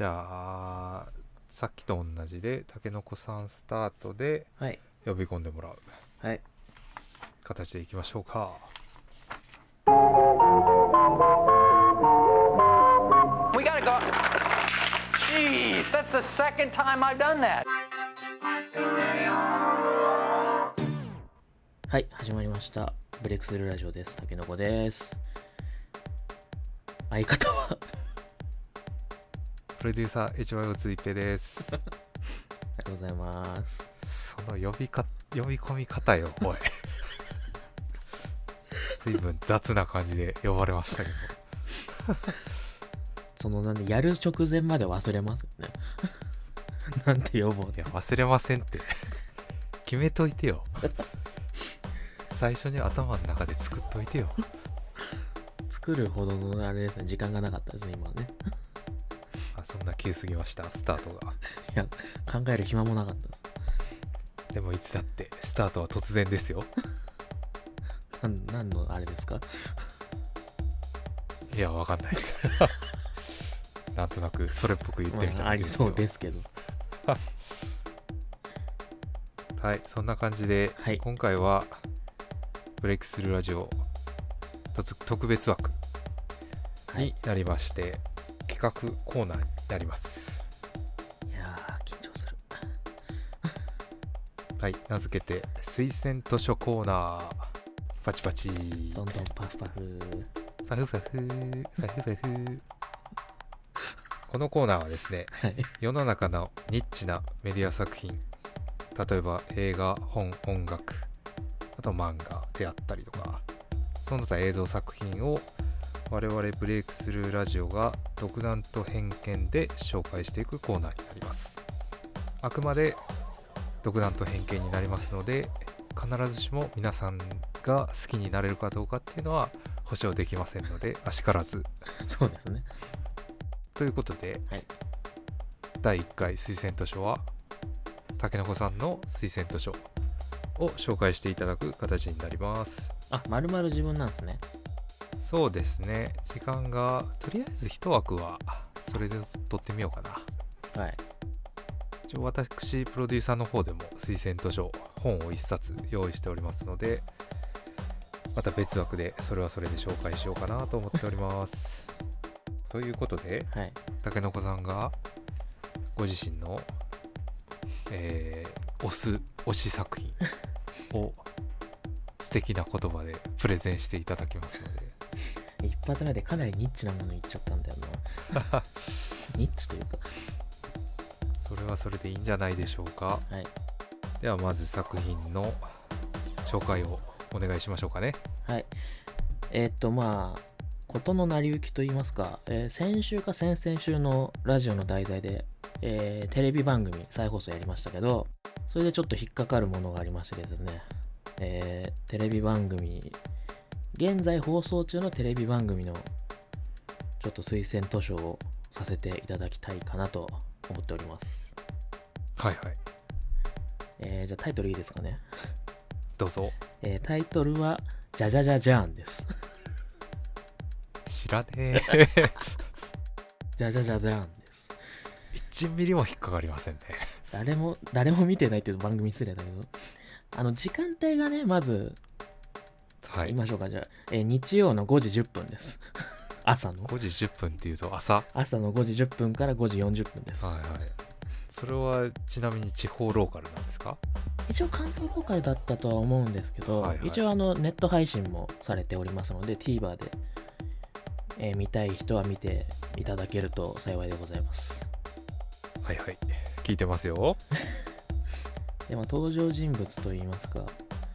じゃあさっきと同じでたけのこさんスタートではい呼び込んでもらうはい形でいきましょうか。 We gotta go. Jeez, that's the second time I've done that. はい始まりました。ブレイクスルーラジオです。たけのこです。相方はプロデューサー HYO ついぺです。 ありがとうございます。 その呼び込み方よおい随分雑な感じで呼ばれましたけどそのなんでやる直前まで忘れますよねなんて呼ぼうって。 いや忘れませんって決めといてよ最初に頭の中で作っといてよ。 作るほどのあれですね、時間がなかったですね今はねあ、そんな急すぎましたスタートが。 いや考える暇もなかったです。 でもいつだってスタートは突然ですよ。 何のあれですか。 いやわかんないですなんとなくそれっぽく言ってみたありそんですよ。 うですけどはい、そんな感じで、 はい今回はブレイクスルーラジオ特別枠になりまして、企画コーナーになります。 いやー緊張する。 はい、名付けて推薦図書コーナー。パチパチどんどんパフパフパフパフパフパフこのコーナーはですね、 はい世の中のニッチなメディア作品、例えば映画、本、音楽、あと漫画であったりとか、その他映像作品を我々ブレイクスルーラジオが独断と偏見で紹介していくコーナーになります。あくまで独断と偏見になりますので、必ずしも皆さんが好きになれるかどうかっていうのは保証できませんので、あしからず。 そうですね。 ということで、 はい、 第1回推薦図書はたけのこさんの推薦図書を紹介していただく形になります。 あ、丸々自分なんですね。 そうですね、時間がとりあえず1枠はそれで取ってみようかな。 はい。 一応私プロデューサーの方でも推薦図書本を1冊用意しておりますので、また別枠でそれはそれで紹介しようかなと思っておりますということで、 はい。 たけのこさんがご自身の、推し作品を素敵な言葉でプレゼンしていただきますので。 一発目でかなりニッチなもの言っちゃったんだよなニッチというか、 それはそれでいいんじゃないでしょうか。 はい。 ではまず作品の紹介をお願いしましょうかね。 はい。まあ事の成り行きと言いますか、先週か先々週のラジオの題材で、テレビ番組再放送やりましたけど、それでちょっと引っかかるものがありましてですね、テレビ番組、現在放送中のテレビ番組のちょっと推薦図書をさせていただきたいかなと思っております。 はいはい、 じゃあタイトルいいですかね。 どうぞ。 タイトルはじゃじゃじゃじゃーんです。 知らねえじゃじゃじゃじゃーんです。 1ミリも引っかかりませんね。 誰も見てないっていう番組失礼だけど、時間帯がね、まずはい、 言いましょうか。じゃあ、日曜の5時10分です朝の 5時10分っていうと朝の5時10分から5時40分です。 はいはい。それはちなみに地方ローカルなんですか？ 一応関東ローカルだったとは思うんですけど、 はいはい、 一応ネット配信もされておりますので TVer で、見たい人は見ていただけると幸いでございます。 はいはい、聞いてますよでも登場人物といいますか、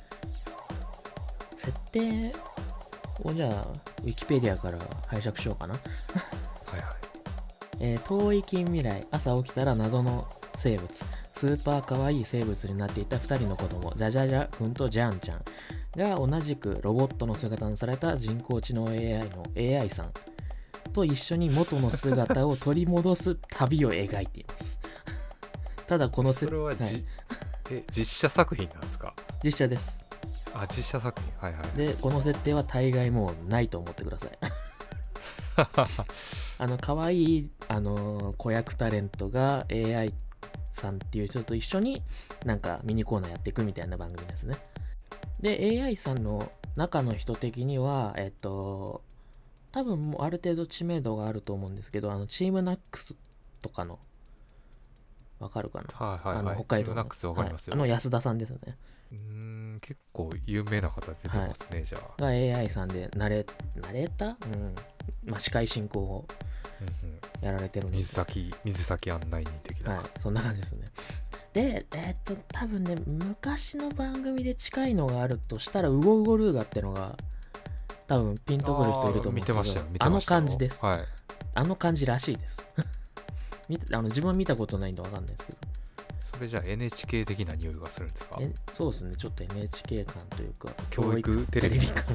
設定をじゃあウィキペディアから拝借しようかなはいはい。 遠い近未来、朝起きたら謎の生物、スーパーかわいい生物になっていた2人の子供、じゃじゃじゃくんとジャンちゃんが同じくロボットの姿にされた人工知能 AI の AI さんと一緒に元の姿を取り戻す旅を描いていますただこのそれははい、 実写作品なんですか？ 実写です。 あ、実写作品。はいはい。 でこの設定は大概もうないと思ってください可愛い子役タレントが AI さんっていう人と一緒になんかミニコーナーやっていくみたいな番組ですね。で AI さんの中の人的には多分もうある程度知名度があると思うんですけど、チームナックスとかのわかるかな。 はいはいはい。 北海道のチームナックスわかりますよ。 安田さんですね。 結構有名な方出てますね、じゃあ。 が AI さんでナレーター、司会進行をやられてるんです。 水先案内人的な。 はい、そんな感じですね。で、多分ね、昔の番組で近いのがあるとしたら、ウゴウゴルーガってのが、多分ピンとくる人いると思うんですけど、 見てましたよ。 感じです。 はい。 あの感じらしいです。自分は見たことないんでわかんないですけど。 それじゃあ NHK 的な匂いがするんですか？ そうですね、ちょっと NHK 感というか、 教育テレビ感。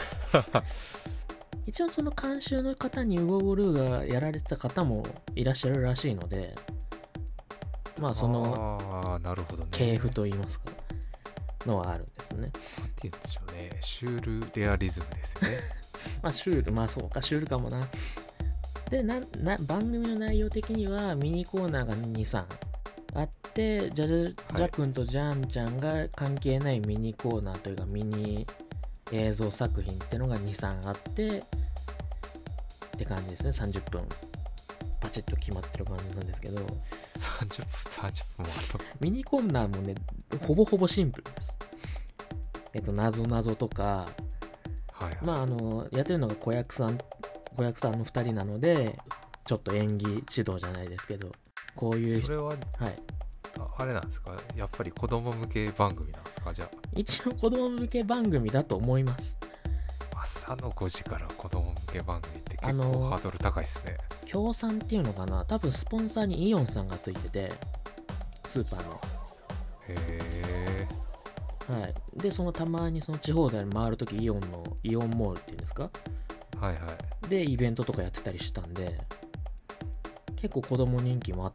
一応その監修の方にウゴウゴルーがやられてた方もいらっしゃるらしいので、まあその系譜といいますかのはあるんですね。 なんて言うんでしょうね、シュールレアリズムですよね。 まあシュール、まあそうか、シュールかもな。で番組の内容的にはミニコーナーが2、3あって、ジャ君とジャンちゃんが関係ないミニコーナーというかミニ映像作品ってのが2、3あってって感じですね。30分パチッと決まってる感じなんですけど、 30分もある。 ミニコーナーもね、ほぼほぼシンプルです。なぞなぞとか、 はいはい、 まあやってるのが子役さんの2人なので、ちょっと演技指導じゃないですけど、こういうそれは、 はい、 あれなんですか、やっぱり子供向け番組なんですか？じゃあ一応子供向け番組だと思います。 朝の5時から子供向け番組って結構ハードル高いですね。 協賛っていうのかな、多分スポンサーにイオンさんがついてて、スーパーの。 へー。はい。で、たまにその地方で回るとき、イオンモールっていうんですか？ はいはい。 で、イベントとかやってたりしたんで、結構子供人気もあって、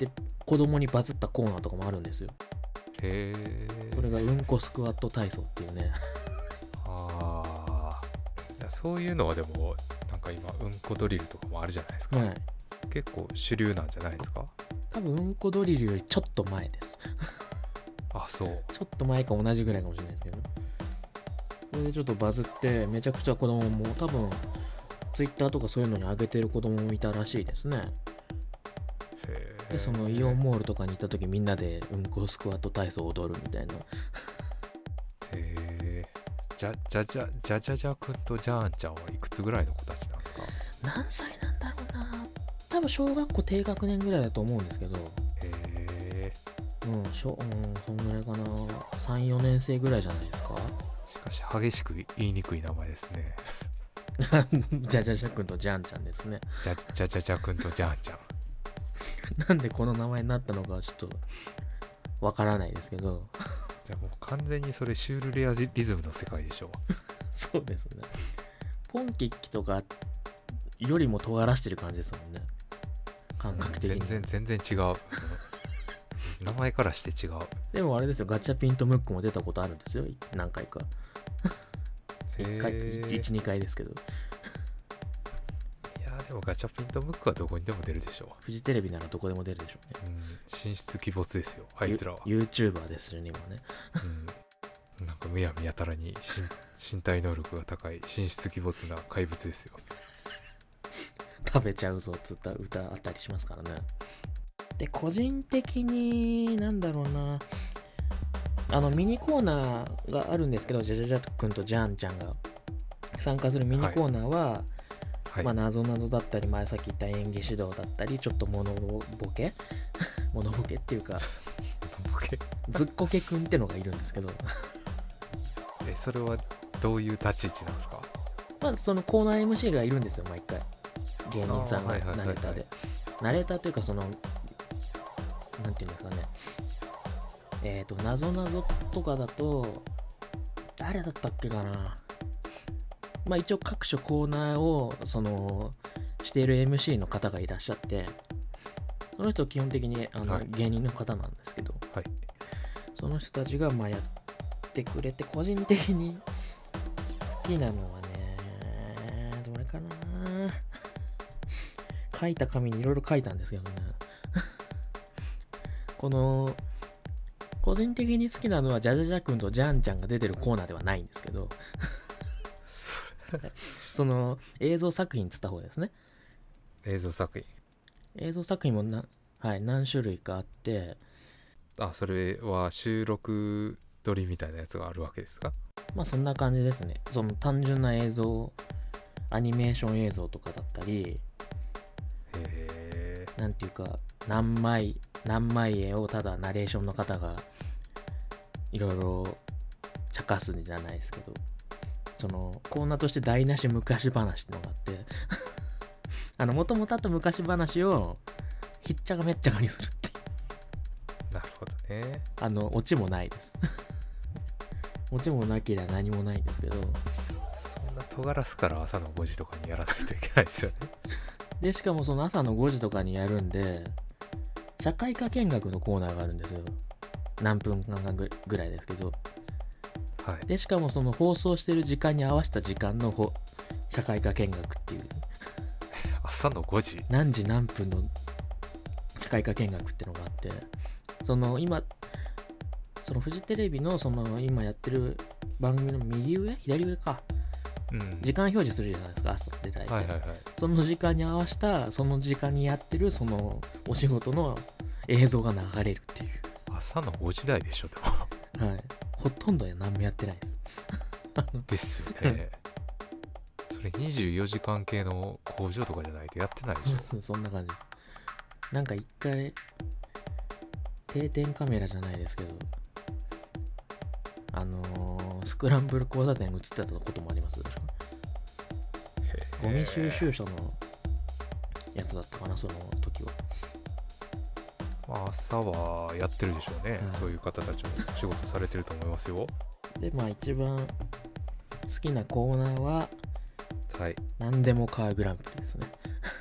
子供にバズったコーナーとかもあるんですよ。 へー。 それがうんこスクワット体操っていうね。 そういうのはでもなんか今うんこドリルとかもあるじゃないですか、 はい、 結構主流なんじゃないですか？ 多分うんこドリルよりちょっと前ですあ、そう。 ちょっと前か同じぐらいかもしれないですけど、それでちょっとバズってめちゃくちゃ子供も多分ツイッターとかそういうのに上げてる子供もいたらしいですね。でそのイオンモールとかに行った時みんなでうんこスクワット体操を踊るみたいな。 じゃくんとジャーンちゃんはいくつぐらいの子たちなんですか？ 何歳なんだろうな、多分小学校低学年ぐらいだと思うんですけど、そんぐらいかな、3、4年生ぐらいじゃないですか。 しかし激しく言いにくい名前ですね。 じゃくんとジャンちゃんですね。 じゃくんとジャンちゃん。 なんでこの名前になったのかちょっとわからないですけど。 じゃあもう完全にそれシュールレアリズムの世界でしょ。 そうですね。ポンキッキとかよりも尖らしてる感じですもんね。感覚的に。 全然違う。名前からして違う。 でもあれですよ、ガチャピンとムックも出たことあるんですよ。何回か。1、2回ですけど。 でもガチャピンとムックはどこにでも出るでしょう。 フジテレビならどこでも出るでしょうね。 神出鬼没ですよ、あいつらは。 YouTuber ですしね、今ね。 なんかむやみやたらに身体能力が高い神出鬼没な怪物ですよ。 食べちゃうぞっつった歌あったりしますからね。で、個人的になんだろうな、ミニコーナーがあるんですけど、じゃくんとジャンちゃんが参加するミニコーナーは、まあ、なぞなぞだったり、前さっき言った演技指導だったり、ちょっとモノボケっていうかずっこけくんってのがいるんですけどそれはどういう立ち位置なんですか？ まあそのコーナー MC がいるんですよ、毎回芸人さんがナレーターで、ナレーターというかなんていうんですかね、なぞなぞとかだと誰だったっけかな、まあ一応各種コーナーをしている MC の方がいらっしゃって、その人基本的に芸人の方なんですけど、その人たちがまあやってくれて、個人的に好きなのはね、どれかな、 書いた紙にいろいろ書いたんですけどねこの個人的に好きなのはジャジャジャ君とジャンちゃんが出てるコーナーではないんですけどその映像作品つった方ですね。 映像作品。 映像作品も何種類かあって、 それは収録撮りみたいなやつがあるわけですか？ まあそんな感じですね。その単純な映像、アニメーション映像とかだったり、なんていうか何枚絵をただナレーションの方がいろいろ茶化すんじゃないですけど、そのコーナーとして台無し昔話ってのがあってもともとあった昔話をひっちゃがめっちゃがにするっていう。 なるほどね。 オチもないですオチもなければ何もないんですけど、 そんな尖らすから朝の5時とかにやらないといけないですよね。 でしかもその朝の5時とかにやるんで、社会科見学のコーナーがあるんですよ。何分間かぐらいですけど、 はい。 でしかもその放送してる時間に合わせた時間の社会科見学っていう、 朝の5時何時何分の社会科見学ってのがあって、そのフジテレビのその今やってる番組の右上左上か、時間表示するじゃないですか、朝って大体、その時間に合わせたその時間にやってるそのお仕事の映像が流れるっていう。 朝の5時台でしょでもはい、ほとんど何もやってないですですよねそれ24時間系の工場とかじゃないとやってないでしょそんな感じです。なんか一回定点カメラじゃないですけど、スクランブル交差点映ってたこともありますでしょ。ゴミ収集車のやつだったかな、その時は。 朝はやってるでしょうね、そういう方たちもお仕事されてると思いますよ。 で一番好きなコーナーは、何でもカーグランプリですね。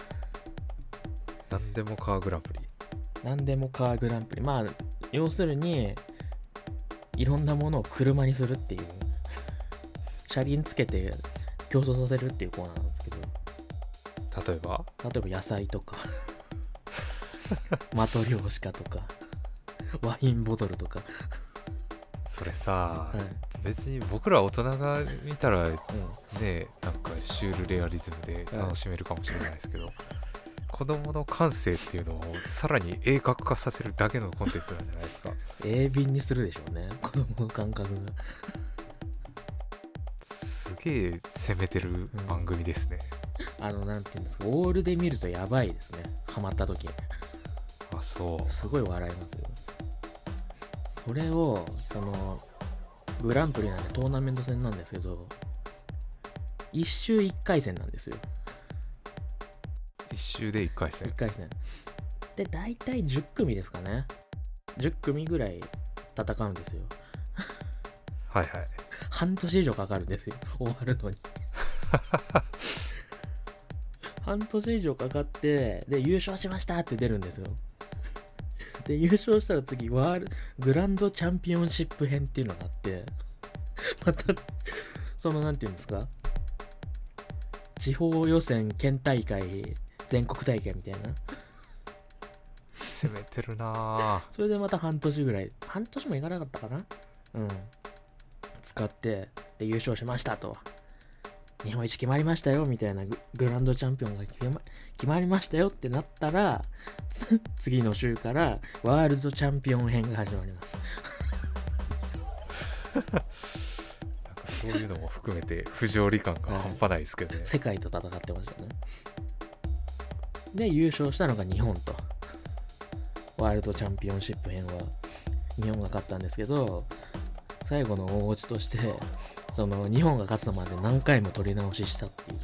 何でもカーグランプリ。 何でもカーグランプリ。要するにいろんなものを車にするっていう、車輪つけて競争させるっていうコーナーなんですけど、 例えば野菜とかマトリョーシカとかワインボトルとか。 それさ、別に僕ら大人が見たらね、なんかシュールレアリズムで楽しめるかもしれないですけど、子供の感性っていうのをさらに鋭角化させるだけのコンテンツなんじゃないですか。 鋭敏にするでしょうね、子供の感覚が。 すげえ攻めてる番組ですね。 なんていうんですか、オールで見るとやばいですね、ハマった時。 そうすごい笑いますよ。それをグランプリなんでトーナメント戦なんですけど、1周1回戦なんですよ。 1周で1回戦。 1回戦で大体10組ですかね。10組ぐらい戦うんですよ。半年以上かかるんですよ、終わるのに。半年以上かかって、で優勝しましたって出るんですよ。で優勝したら次グランドチャンピオンシップ編っていうのがあって、またなんていうんですか、地方予選県大会全国大会みたいな。 攻めてるな。 それでまた半年ぐらい、半年もいかなかったかな、使って、で優勝しましたと、日本一決まりましたよみたいな、グランドチャンピオンが決まりましたよってなったら次の週からワールドチャンピオン編が始まります。 なんかそういうのも含めて不条理感が半端ないですけどね。 世界と戦ってましたね。で優勝したのが日本と、ワールドチャンピオンシップ編は日本が勝ったんですけど、最後の大落ちとして日本が勝つのまで何回も取り直ししたっていう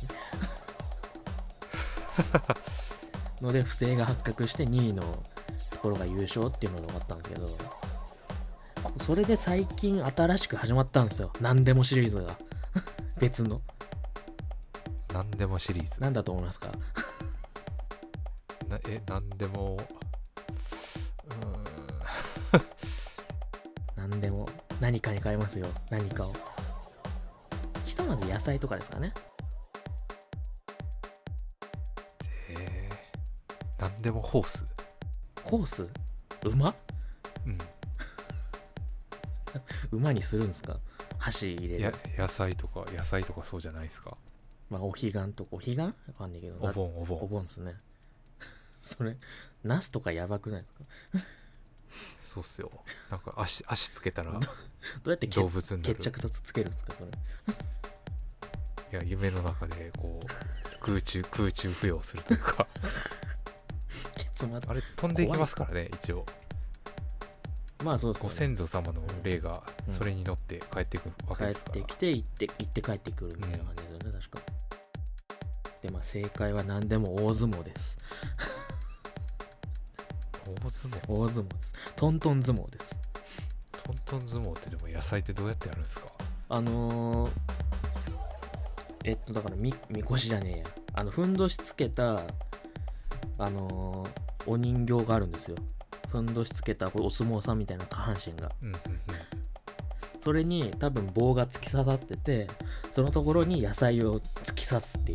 ので不正が発覚して2位のところが優勝っていうのが終わったんですけど、それで最近新しく始まったんですよ、何でもシリーズが。別の何でもシリーズ。 何だと思いますか？ 何でも何でも何かに変えますよ、何かを。ひとまず野菜とかですかね。 何でもホース。 ホース？馬？ うん。 馬にするんですか？箸入れる。 野菜とかそうじゃないですか。 まあお彼岸とか、お彼岸わかんないけど。 お盆ですね。それ、ナスとかやばくないですか？ そうっすよ。なんか足つけたらどうやって動物になる。 決着つけるんですかそれ？ いや、夢の中でこう空中浮揚するというかあれ飛んでいきますからね、一応。 まあそうですね。 ご先祖様の霊がそれに乗って帰ってくるわけですから、 帰ってきて行って帰ってくるみたいな感じだよね、確か。で、まあ正解は何でも大相撲です。 大相撲？ 大相撲です。トントン相撲です。 トントン相撲ってでも野菜ってどうやってやるんですか？ だからみこしじゃねえや。ふんどしつけた、お人形があるんですよ。ふんどしつけたお相撲さんみたいな下半身が。それに多分棒が突き刺さってて、そのところに野菜を突き刺すっていう。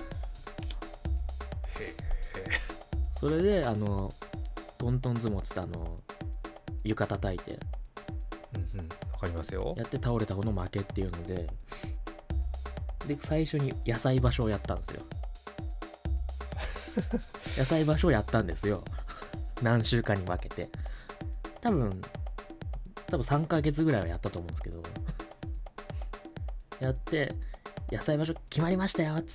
それで、トントン相撲っつって床叩いて、 わかりますよ。 やって倒れた方の負けっていうので、最初に野菜場所をやったんですよ。野菜場所をやったんですよ。何週間に分けて。多分3ヶ月ぐらいはやったと思うんですけど。やって、野菜場所決まりましたよっつって。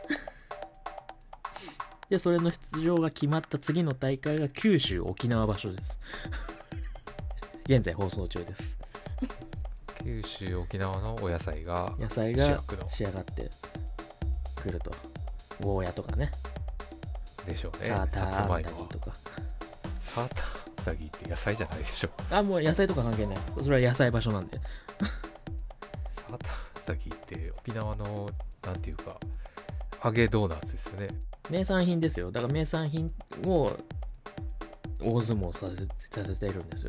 で、それの出場が決まった次の大会が九州沖縄場所です。現在放送中です。 九州沖縄のお野菜が仕上がってくると。ゴーヤとかね。 でしょうね。 サーターアンダギーとか。 サーターアンダギーって野菜じゃないでしょ。 もう野菜とか関係ないです。それは野菜場所なんで。 サーターアンダギーって沖縄のなんていうか揚げドーナツですよね。 名産品ですよ。だから名産品を大相撲させてるんですよ。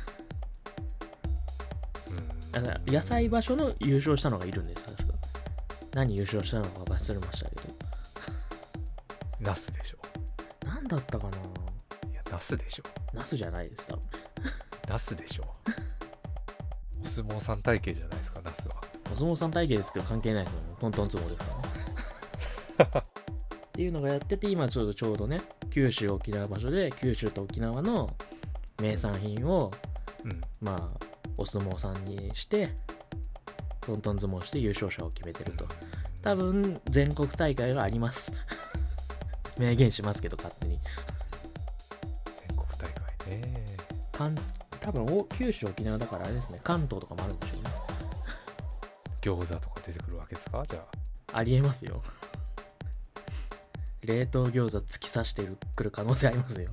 だから野菜場所の優勝したのがいるんです。確か。何優勝したのか忘れましたけど。 ナスでしょ。 何だったかな。 いや、ナスでしょ。 ナスじゃないです。多分ナスでしょ。お相撲さん体型じゃないですか、ナスは。 お相撲さん体型ですけど関係ないですよね。トントン相撲ですからね。っていうのがやってて、今ちょうどね、九州沖縄場所で九州と沖縄の名産品を、まあお相撲さんにしてトントン相撲して優勝者を決めてると。多分全国大会があります。明言しますけど勝手に。 全国大会ね。 多分九州沖縄だからあれですね。関東とかもあるんでしょうね。 餃子とか出てくるわけですか？じゃありえますよ。冷凍餃子突き刺してくる可能性ありますよ。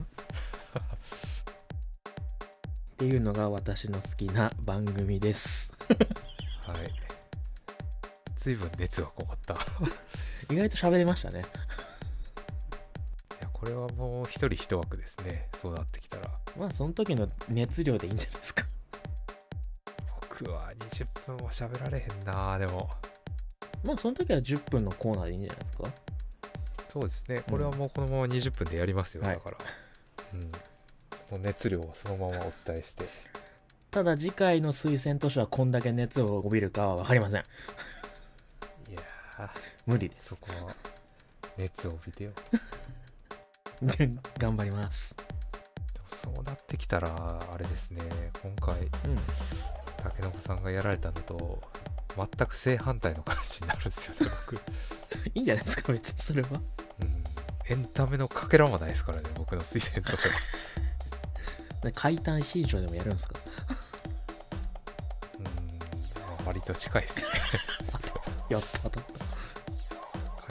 っていうのが私の好きな番組です。 はい。随分熱がこもった。 意外と喋れましたね。 いや、これはもう一人一枠ですね。そうなってきたら。 まあその時の熱量でいいんじゃないですか。 僕は20分は喋られへんな。でもまあその時は10分のコーナーでいいんじゃないですか。 そうですね。これはもうこのまま20分でやりますよ。 はい、 だから、その熱量はそのままお伝えして。 ただ次回の推薦図書はこんだけ熱を帯びるかは分かりません。 いやー、 無理です。 そこは熱を帯びてよ。 頑張ります。 でもそうなってきたらあれですね。今回、たけのこさんがやられたのと全く正反対の感じになるんですよね。僕。 いいんじゃないですか、別にそれは。 エンタメのかけらもないですからね、僕の推薦図書は。 解体新書でもやるんですか？ 割と近いですね。 やった当たった。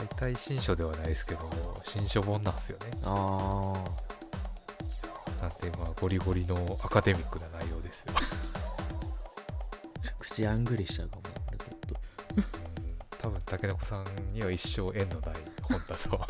解体新書ではないですけど、新書本なんですよね。なんてまあゴリゴリのアカデミックな内容ですよ。 口あんぐりしちゃうかも、ずっと。 多分たけのこさんには一生縁のない本だと思います。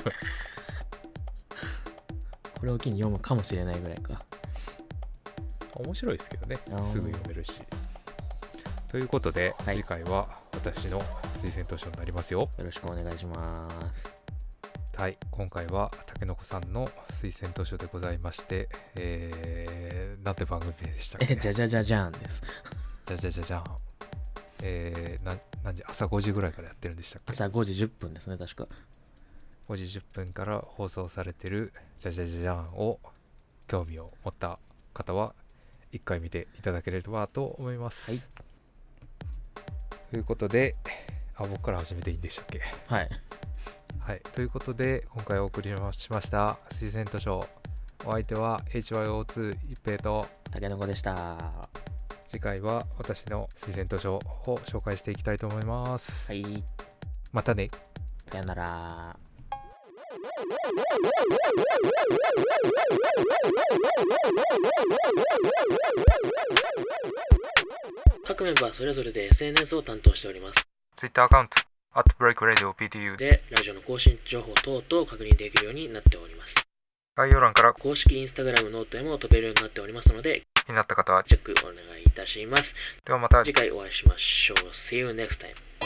これを機に読むかもしれないぐらいか。 面白いですけどね、すぐ読めるし。ということで、 はい、 次回は私の推薦図書になりますよ。 よろしくお願いします。 はい、今回はたけのこさんの推薦図書でございまして、なんて番組でしたっけ？ じゃじゃじゃじゃんです。 じゃじゃじゃじゃん。何時？朝5時ぐらいからやってるんでしたっけ？ 朝5時10分ですね、確か。 5時10分から放送されてるじゃじゃじゃじゃんを興味を持った方は一回見ていただければと思います。 はい。 ということで、僕から始めていいんでしたっけ？ はい。 はい。ということで、今回お送りしました推薦図書。お相手は HYO2 一平とたけのこでした。 次回は私の推薦図書を紹介していきたいと思います。 はい。 またね。 さよなら。各メンバーそれぞれで SNS を担当しております。 Twitter アカウント@BreakRadioPTU で、ラジオの更新情報等々確認できるようになっております。 概要欄から公式インスタグラムノートへも飛べるようになっておりますので、 気になった方はチェックお願いいたします。 ではまた次回お会いしましょう。See you next time.